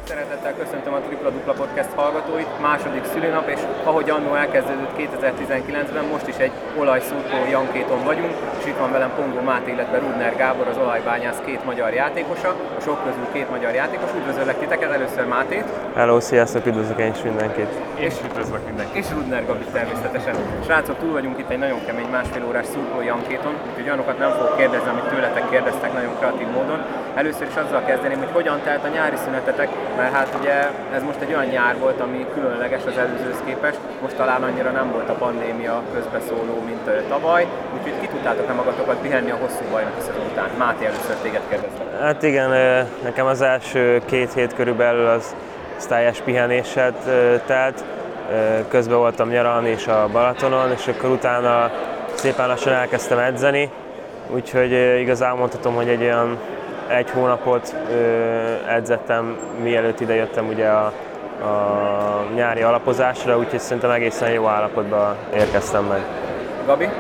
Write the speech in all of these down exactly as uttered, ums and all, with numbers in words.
Szeretettel köszöntöm a Tripla Dupla Podcast hallgatóit, második szülinap, és ahogy annó elkezdődött kétezer-tizenkilencben, most is egy olajszurkoló Jankéton vagyunk, és itt van velem Pongó Máté, illetve Rudner Gábor, az olajbányász két magyar játékosa, a sok közül két magyar játékos. Üdvözöllek titeket, először Mátét. Hello, sziasztok, üdvözlök én is mindenkit. És üdvözlök mindenkit. És Rudner Gabit természetesen. Srácok, túl vagyunk itt egy nagyon kemény másfél órás szurkoló Jankéton, úgyhogy olyanokat nem fogok kérdezni, amit tőletek kérdeztek nagyon kreatív módon. Először is azzal kezdeném, hogy hogyan telt a nyári szünetetek, mert hát ugye ez most egy olyan nyár volt, ami különleges az előzőhöz képest, most talán annyira nem volt a pandémia közbeszóló, mint tavaly, úgyhogy ki tudtátok-e magatokat pihenni a hosszú bajnoki szezon után? Máté, először téged kérdezlek. Hát igen, nekem az első két hét körülbelül az teljes pihenéssel telt, közben voltam nyaralni és a Balatonon, és akkor utána szépen lassan elkezdtem edzeni, úgyhogy igazából mondhatom, hogy egy olyan egy hónapot ö, edzettem, mielőtt idejöttem ugye a, a nyári alapozásra, úgyhogy szerintem egészen jó állapotban érkeztem meg. Gabi?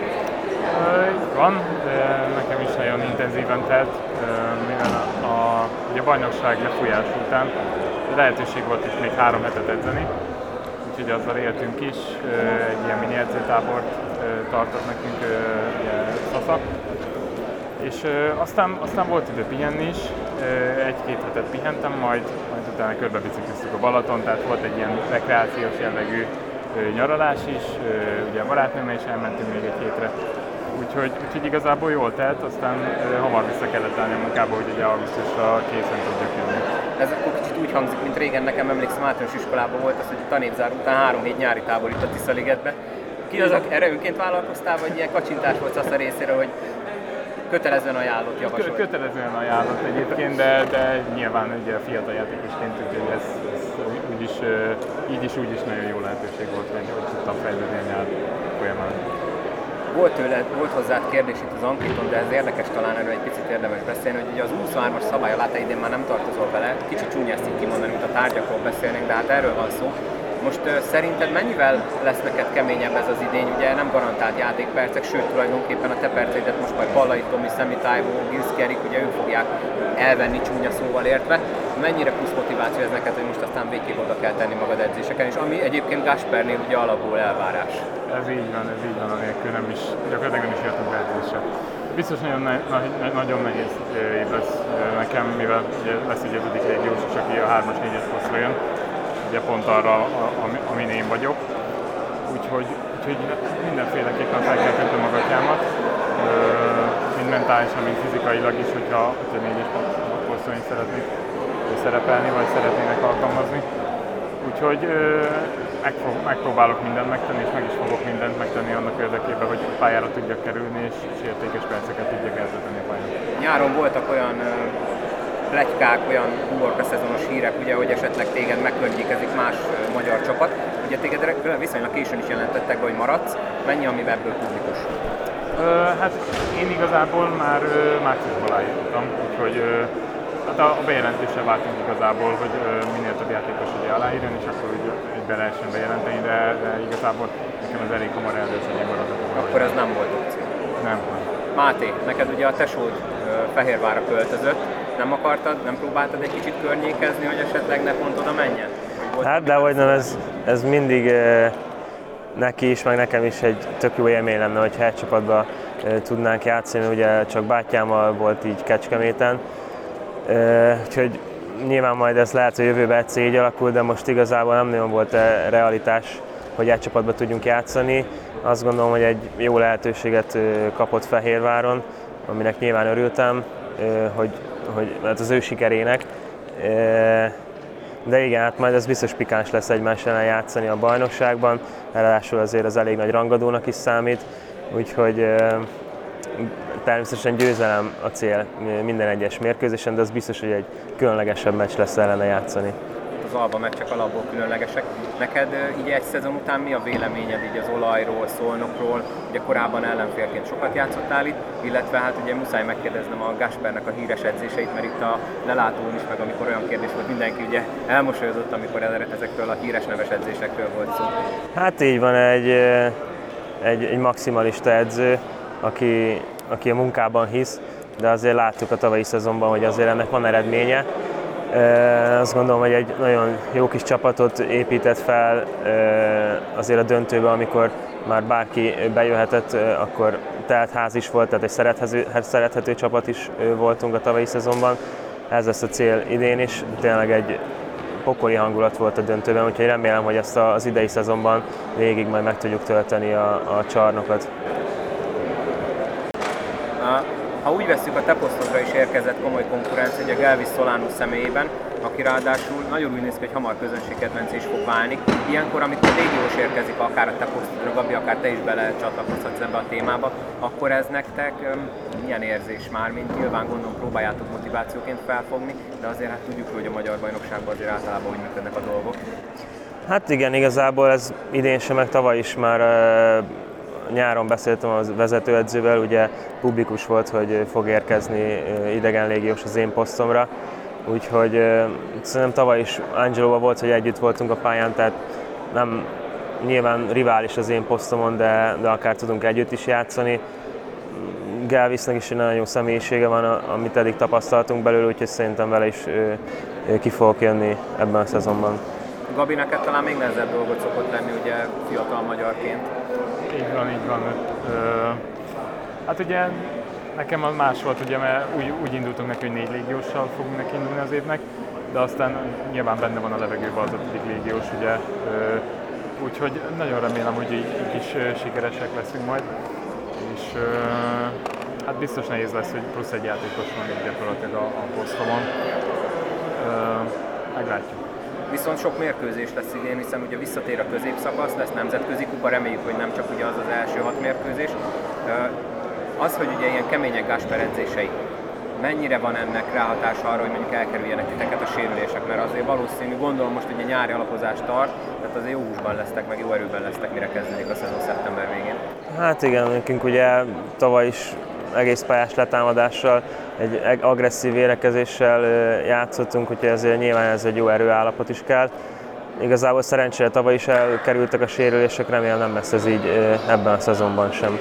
Van, de nekem is nagyon intenzíven telt, mivel a, a, a bajnokság lefújás után lehetőség volt itt még három hetet edzeni, úgyhogy azzal éltünk is, egy ilyen mini edzőtábort tartott nekünk Szasza. És ö, aztán, aztán volt idő pihenni is, egy-két hetet pihentem, majd, majd utána körbebicikliztük a Balaton, tehát volt egy ilyen rekreációs jellegű ö, nyaralás is, ö, ugye a barátnőmmel is elmentünk még egy hétre, úgyhogy, úgyhogy igazából jól telt, aztán ö, hamar vissza kellett állni a munkába, hogy ugye augusztusra készen tudjak jönni. Ez akkor kicsit úgy hangzik, mint régen, nekem emlékszem, általános iskolában volt az, hogy a tanévzár után három hét nyári tábor itt a Tiszaligetben. Ki az, erre önként vállalkoztál, vagy ilyen kacsintás volt Szasza részére, hogy kötelezően ajánlott javasolt? Kötelezően ajánlott egyébként, de, de nyilván ugye fiatal játékosként, úgyhogy ez, ez úgyis, így is úgy is nagyon jó lehetőség volt, hogy, hogy tudtam fejlődni a nyár folyamán. Volt, tőle, volt hozzád kérdés itt az Ankéton, de ez érdekes, talán erről egy picit érdemes beszélni, hogy ugye az huszonhármas szabály alá te idén már nem tartozol bele, kicsit csúnya ezt így kimondani, mint a tárgyakról beszélnénk, de hát erről van szó. Most uh, szerinted mennyivel lesz neked keményebb ez az idény? Ugye nem garantált játékpercek, sőt tulajdonképpen a te perceidet most majd Pallai Tomi, Szemi Tájvó, Gilszki Erik, ugye ők fogják elvenni csúnya szóval értve. Mennyire plusz motiváció ez neked, hogy most aztán végképp oda kell tenni magad edzéseken, és ami egyébként Gáspernél ugye alapból elvárás? Ez így van, ez így van, anélkül nem is, gyakorlatilag nem is jöttünk be edzésre. Biztos nagyon, ne, nagyon nehéz év lesz nekem, mivel ugye lesz egy ötödik légiós, és aki a hármas, négyes posztra jön, ugye pont arra, amin én vagyok. Úgyhogy, úgyhogy mindenféleképpen fel kell kötni magatjámat, mind mentálisan, mind fizikailag is, hogyha, hogyha négyes poszton is szeretnék szerepelni, vagy szeretnének alkalmazni. Úgyhogy megfog, megpróbálok mindent megtenni, és meg is fogok mindent megtenni annak érdekében, hogy pályára tudjak kerülni, és, és értékes perceket tudjak eltölteni a pályán. Nyáron voltak olyan pletykák, olyan uborka szezonos hírek, ugye, hogy esetleg téged megkörnyékezik más uh, magyar csapat. Ugye téged viszonylag későn is jelentettek be, hogy maradsz. Mennyi, ami ebből publikus? Uh, hát én igazából már uh, márciusban aláírtam, úgyhogy uh, hát a, a bejelentéssel vártunk igazából, hogy uh, minél több játékos ugye aláírjon, és akkor úgy, úgy be lehessen bejelenteni, de, de igazából nekem ez elég hamar eldőlt, hogy én maradok. Akkor ez nem volt opció? Nem. Máté, neked ugye a tesód uh, Fehérvárra költözött. Nem akartad, nem próbáltad egy kicsit környékezni, hogy esetleg ne pont oda menjen? Hát dehogy nem, ez, ez mindig e, neki is, meg nekem is egy tök jó élmény lenne, hogyha egy csapatban e, tudnánk játszani, ugye csak bátyámmal volt így Kecskeméten. E, úgyhogy nyilván majd ez lehet, hogy jövőben egyszer így alakul, de most igazából nem nagyon volt e, realitás, hogy egy csapatban tudjunk játszani. Azt gondolom, hogy egy jó lehetőséget e, kapott Fehérváron, aminek nyilván örültem, e, hogy hogy hát az ő sikerének, de igen, hát majd ez biztos pikáns lesz egymás ellen játszani a bajnokságban, ráadásul azért az elég nagy rangadónak is számít, úgyhogy természetesen győzelem a cél minden egyes mérkőzésen, de az biztos, hogy egy különlegesebb meccs lesz ellene játszani. Az Alba meccsek alapból különlegesek. Neked így egy szezon után mi a véleményed így az Olajról, Szolnokról? Ugye korábban ellenfélként sokat játszottál itt, illetve hát ugye muszáj megkérdeznem a Gáspernek a híres edzéseit, mert itt a lelátón is, meg amikor olyan kérdés volt, mindenki ugye elmosolyodott, amikor ezekről a híres neves edzésekről volt szó. Hát így van, egy, egy, egy maximalista edző, aki, aki a munkában hisz, de azért láttuk a tavalyi szezonban, hogy azért ennek van eredménye. Azt gondolom, hogy egy nagyon jó kis csapatot épített fel azért a döntőbe, amikor már bárki bejöhetett, akkor telt ház is volt, tehát egy szerethető, szerethető csapat is voltunk a tavalyi szezonban. Ez lesz a cél idén is, tényleg egy pokoli hangulat volt a döntőben, úgyhogy remélem, hogy ezt az idei szezonban végig majd meg tudjuk tölteni a, a csarnokat. Ha úgy vesszük, a te posztodra is érkezett komoly konkurencia, ugye Gelvis Solano személyében, aki ráadásul nagyon úgy néz ki, hogy hamar közönségkedvencé is fog válni. Ilyenkor, amikor légiós érkezik, akár a te posztodra, Gabi, akár te is belecsatlakozhatsz ebbe a témába, akkor ez nektek milyen érzés már, mint nyilván gondolom próbáljátok motivációként felfogni, de azért hát tudjuk, hogy a magyar bajnokságban azért általában úgy működnek a dolgok. Hát igen, igazából ez idén sem, meg tavaly is már nyáron beszéltem a vezetőedzővel, ugye publikus volt, hogy fog érkezni idegen légiós az én posztomra, úgyhogy szerintem tavaly is Angeloval volt, hogy együtt voltunk a pályán, tehát nem nyilván rivális az én posztomon, de, de akár tudunk együtt is játszani. Gelvisnek is egy nagyon jó személyisége van, amit eddig tapasztaltunk belőle, úgyhogy szerintem vele is ki fogok jönni ebben a szezonban. Gabi, neked talán még nehezebb dolgot szokott lenni, ugye fiatal magyarként. Így van, így van. Ö, hát ugye nekem az más volt, ugye, mert úgy, úgy indultunk neki, hogy négy légióssal fogunk neki indulni az évnek, de aztán nyilván benne van a levegőben az ötödik légiós, ugye. Ö, úgyhogy nagyon remélem, hogy így, így is sikeresek leszünk majd. És ö, hát biztos nehéz lesz, hogy plusz egy játékos van így gyakorlatilag a, a posztomon. Ö, meglátjuk. Viszont sok mérkőzés lesz idén, hiszen ugye visszatér a középszakasz, lesz nemzetközi kupa, reméljük, hogy nem csak ugye az az első hat mérkőzés. Az, hogy ugye ilyen kemények Gáspár edzései, mennyire van ennek ráhatása arra, hogy mondjuk elkerüljenek titeket a sérülések, mert azért valószínű, gondolom most ugye nyári alapozás tart, tehát azért jó húsban lesztek, meg jó erőben lesztek, mire kezdődik a szezon szeptember végén. Hát igen, nekünk ugye tavaly is egész pályás letámadással, egy agresszív védekezéssel játszottunk, úgyhogy ezért nyilván ez egy jó erőállapot is kell. Igazából szerencsére tavaly is elkerültek a sérülések, remélem nem lesz ez így ebben a szezonban sem.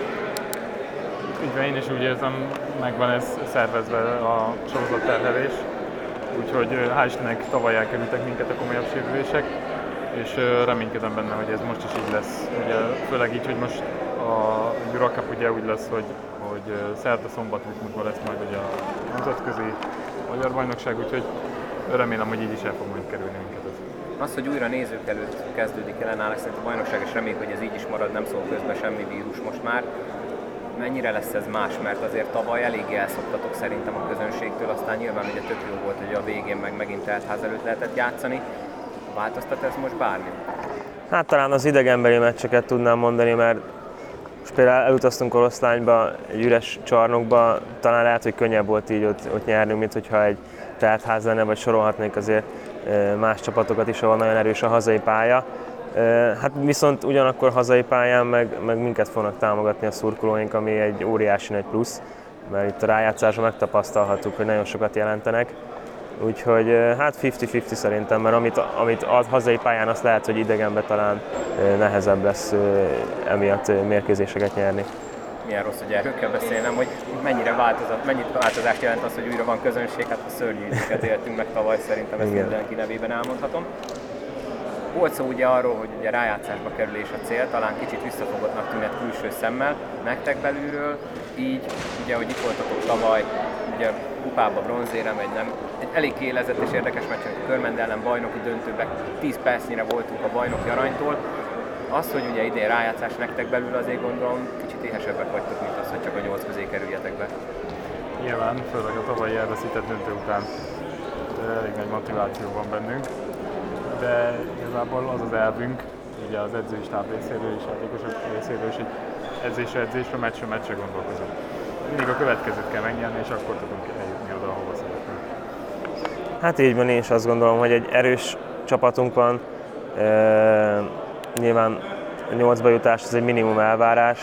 Így van, én is úgy érzem, megvan ez szervezve a sorozatterhelés, úgyhogy hál' Istennek tavaly elkerültek minket a komolyabb sérülések, és reménykedem benne, hogy ez most is így lesz. Ugye, főleg így, hogy most a Euro Cup ugye úgy lesz, hogy hogy szerda-szombat ritmusban lesz majd ugye a nemzetközi magyar bajnokság, úgyhogy remélem, hogy így is el fog majd kerülni minket. Az, hogy újra nézők előtt kezdődik ellenállás szerint a bajnokság, és reméljük, hogy ez így is marad, nem szól közben semmi vírus most már. Mennyire lesz ez más, mert azért tavaly eléggé elszoktatok szerintem a közönségtől, aztán nyilván ugye tök jó volt, hogy a végén meg megint teltház előtt lehetett játszani. Változtat ez most bármi? Hát talán az idegenbeli meccseket tudnám mondani, mert most például elutaztunk Oroszlányba, egy üres csarnokba, talán lehet, hogy könnyebb volt így ott, ott nyernünk, mint hogyha egy teltház lenne, vagy sorolhatnék azért más csapatokat is, ahol nagyon erős a hazai pálya. Hát viszont ugyanakkor hazai pályán meg, meg minket fognak támogatni a szurkolóink, ami egy óriási nagy plusz, mert itt a rájátszásban megtapasztalhattuk, hogy nagyon sokat jelentenek. Úgyhogy hát fifty-fifty szerintem, mert amit, amit a hazai pályán azt lehet, hogy idegenben talán nehezebb lesz emiatt mérkőzéseket nyerni. Milyen rossz, hogy erről kell beszélnem, hogy mennyire változat, mennyit változást jelent az, hogy újra van közönség, hát a szörnyű időket éltünk meg tavaly, szerintem ezt mindenki nevében elmondhatom. Volt szó ugye arról, hogy ugye rájátszásba kerülés a cél, talán kicsit visszafogottnak tűnhet külső szemmel, nektek belülről, így ugye, hogy itt voltatok tavaly, ugye kupába bronzérem, egy, nem, egy elég élezett és érdekes meccsen, a Körmend ellen bajnoki döntőben tíz percnyire voltunk a bajnoki aranytól. Az, hogy ugye idén rájátszás nektek belül, azért gondolom kicsit éhesebbek vagytok, mint az, hogy csak a nyolc közé kerüljetek be. Nyilván, főleg a tavalyi elveszített döntő után elég nagy motiváció van bennünk, de igazából az az elvünk, ugye az edzői stáb részéről és játékosok részéről is, hogy edzésre edzésre, meccsre meccsre gondolkozunk. Mindig a következőt kell megnyerni, és akkor tudunk eljutni oda, ahova szeretnénk. Hát így van, én is azt gondolom, hogy egy erős csapatunk van. E, nyilván a nyolcba jutás az egy minimum elvárás.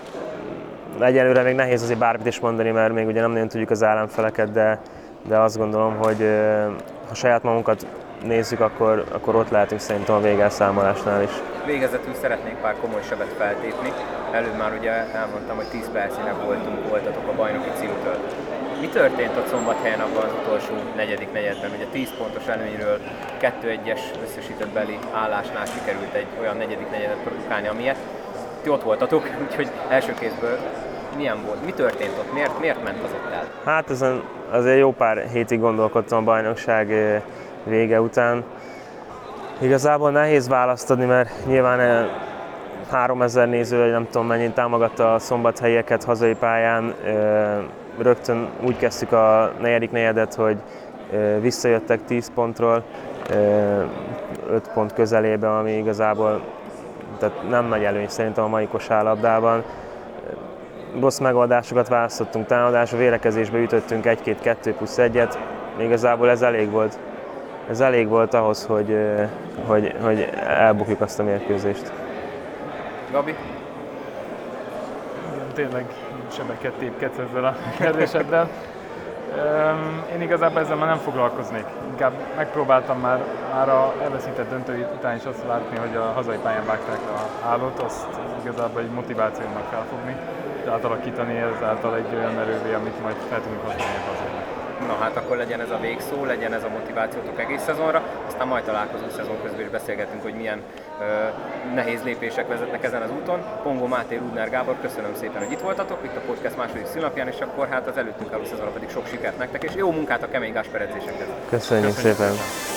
Egyelőre még nehéz azért bármit is mondani, mert még ugye nem nagyon tudjuk az ellenfeleket, de, de azt gondolom, hogy e, ha saját magunkat nézzük, akkor, akkor ott lehetünk szerintem a végelszámolásnál is. Végezetül szeretnék pár komoly sebet feltépni. Előbb már ugye elmondtam, hogy tíz percnyire voltunk, voltatok a bajnoki címtől. Mi történt ott Szombathelyen abban az utolsó negyedik negyedben? Ugye tíz pontos előnyről kettő egyes összesített beli állásnál sikerült egy olyan negyedik negyedet produkálni, amilyet ti ott voltatok, úgyhogy első kézből milyen volt? Mi történt ott? Miért, miért ment az ott el? Hát ezen azért jó pár hétig gondolkodtam a bajnokság vége után. Igazából nehéz választ adni, mert nyilván háromezer néző, vagy nem tudom mennyit támogatta a szombathelyieket hazai pályán. Rögtön úgy kezdtük a negyedik negyedet, hogy visszajöttek tíz pontról, öt pont közelébe, ami igazából tehát nem nagy előny szerintem a mai kosárlabdában. Rossz megoldásokat választottunk, támadásra, védekezésbe ütöttünk egy-két-kettő plusz egyet, igazából ez elég volt. Ez elég volt ahhoz, hogy, hogy, hogy elbukjuk azt a mérkőzést. Gabi? Igen, tényleg sebeket tépkedsz ezzel a kérdéseddel. Én igazából ezzel már nem foglalkoznék. Inkább megpróbáltam már, már a elveszített döntő után is azt látni, hogy a hazai pályán vágták a hálót, azt igazából egy motivációnak felfogni, és átalakítani ezáltal egy olyan erővé, amit majd fel tudunk használni a hazainak. Na hát akkor legyen ez a végszó, legyen ez a motivációtok egész szezonra, aztán majd találkozunk szezon közben és beszélgetünk, hogy milyen ö, nehéz lépések vezetnek ezen az úton. Pongó Máté, Rudner Gábor, köszönöm szépen, hogy itt voltatok, itt a podcast második színlapján, és akkor hát az előttünk álló szezonra pedig sok sikert nektek, és jó munkát a kemény Gásper edzésekhez. Köszönjük, Köszönjük szépen! szépen.